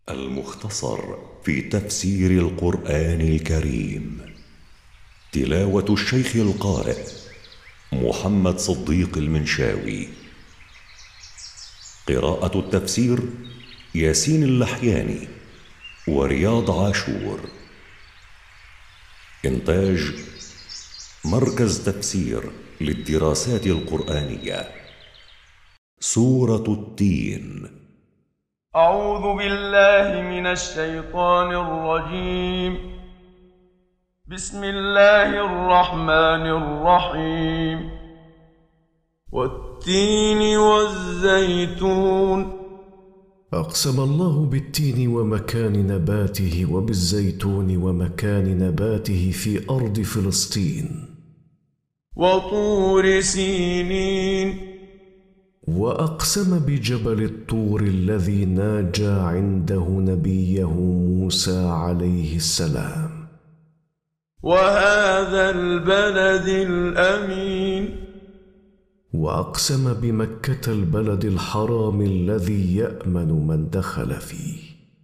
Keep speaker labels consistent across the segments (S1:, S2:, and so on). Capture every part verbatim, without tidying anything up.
S1: المختصر في تفسير القرآن الكريم. تلاوة الشيخ القارئ محمد صديق المنشاوي. قراءة التفسير ياسين اللحياني ورياض عاشور. إنتاج مركز تفسير للدراسات القرآنية. سورة التين.
S2: أعوذ بالله من الشيطان الرجيم. بسم الله الرحمن الرحيم. والتين والزيتون.
S3: أقسم الله بالتين ومكان نباته وبالزيتون ومكان نباته في أرض فلسطين.
S2: وطور سينين.
S3: وأقسم بجبل الطور الذي ناجى عنده نبيه موسى عليه السلام.
S2: وهذا البلد الأمين.
S3: وأقسم بمكة البلد الحرام الذي يأمن من دخل فيه.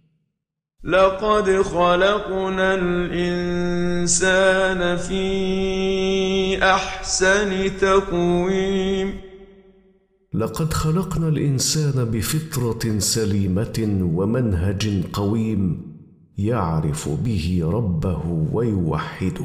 S2: لقد خلقنا الإنسان في أحسن تقويم.
S3: لقد خلقنا الإنسان بفطرة سليمة ومنهج قويم يعرف به ربه ويوحده.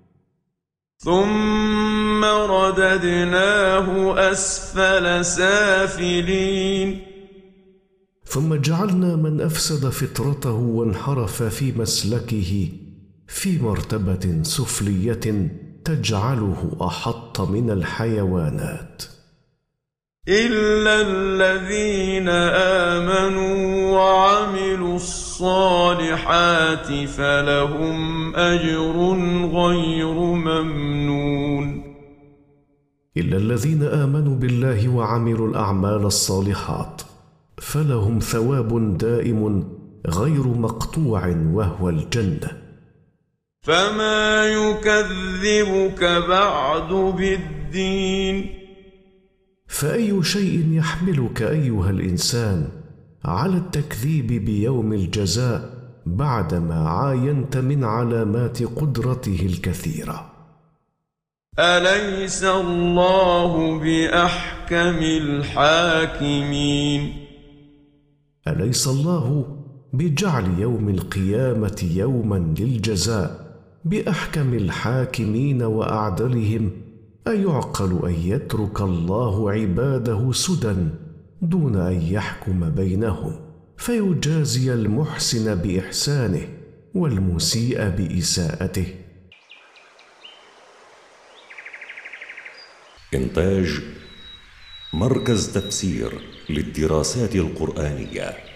S2: ثم رددناه أسفل سافلين.
S3: ثم جعلنا من أفسد فطرته وانحرف في مسلكه في مرتبة سفلية تجعله أحط من الحيوانات.
S2: إلا الذين آمنوا وعملوا الصالحات فلهم أجر غير ممنون.
S3: إلا الذين آمنوا بالله وعملوا الأعمال الصالحات فلهم ثواب دائم غير مقطوع وهو الجنة.
S2: فما يكذبك بعد بالدين.
S3: فأي شيء يحملك أيها الإنسان على التكذيب بيوم الجزاء بعدما عاينت من علامات قدرته الكثيرة؟
S2: أليس الله بأحكم الحاكمين.
S3: أليس الله بجعل يوم القيامة يوما للجزاء بأحكم الحاكمين وأعدلهم؟ أيعقل أن يترك الله عباده سدى دون أن يحكم بينهم فيجازي المحسن بإحسانه والمسيء بإساءته؟
S1: إنتاج مركز تفسير للدراسات القرآنية.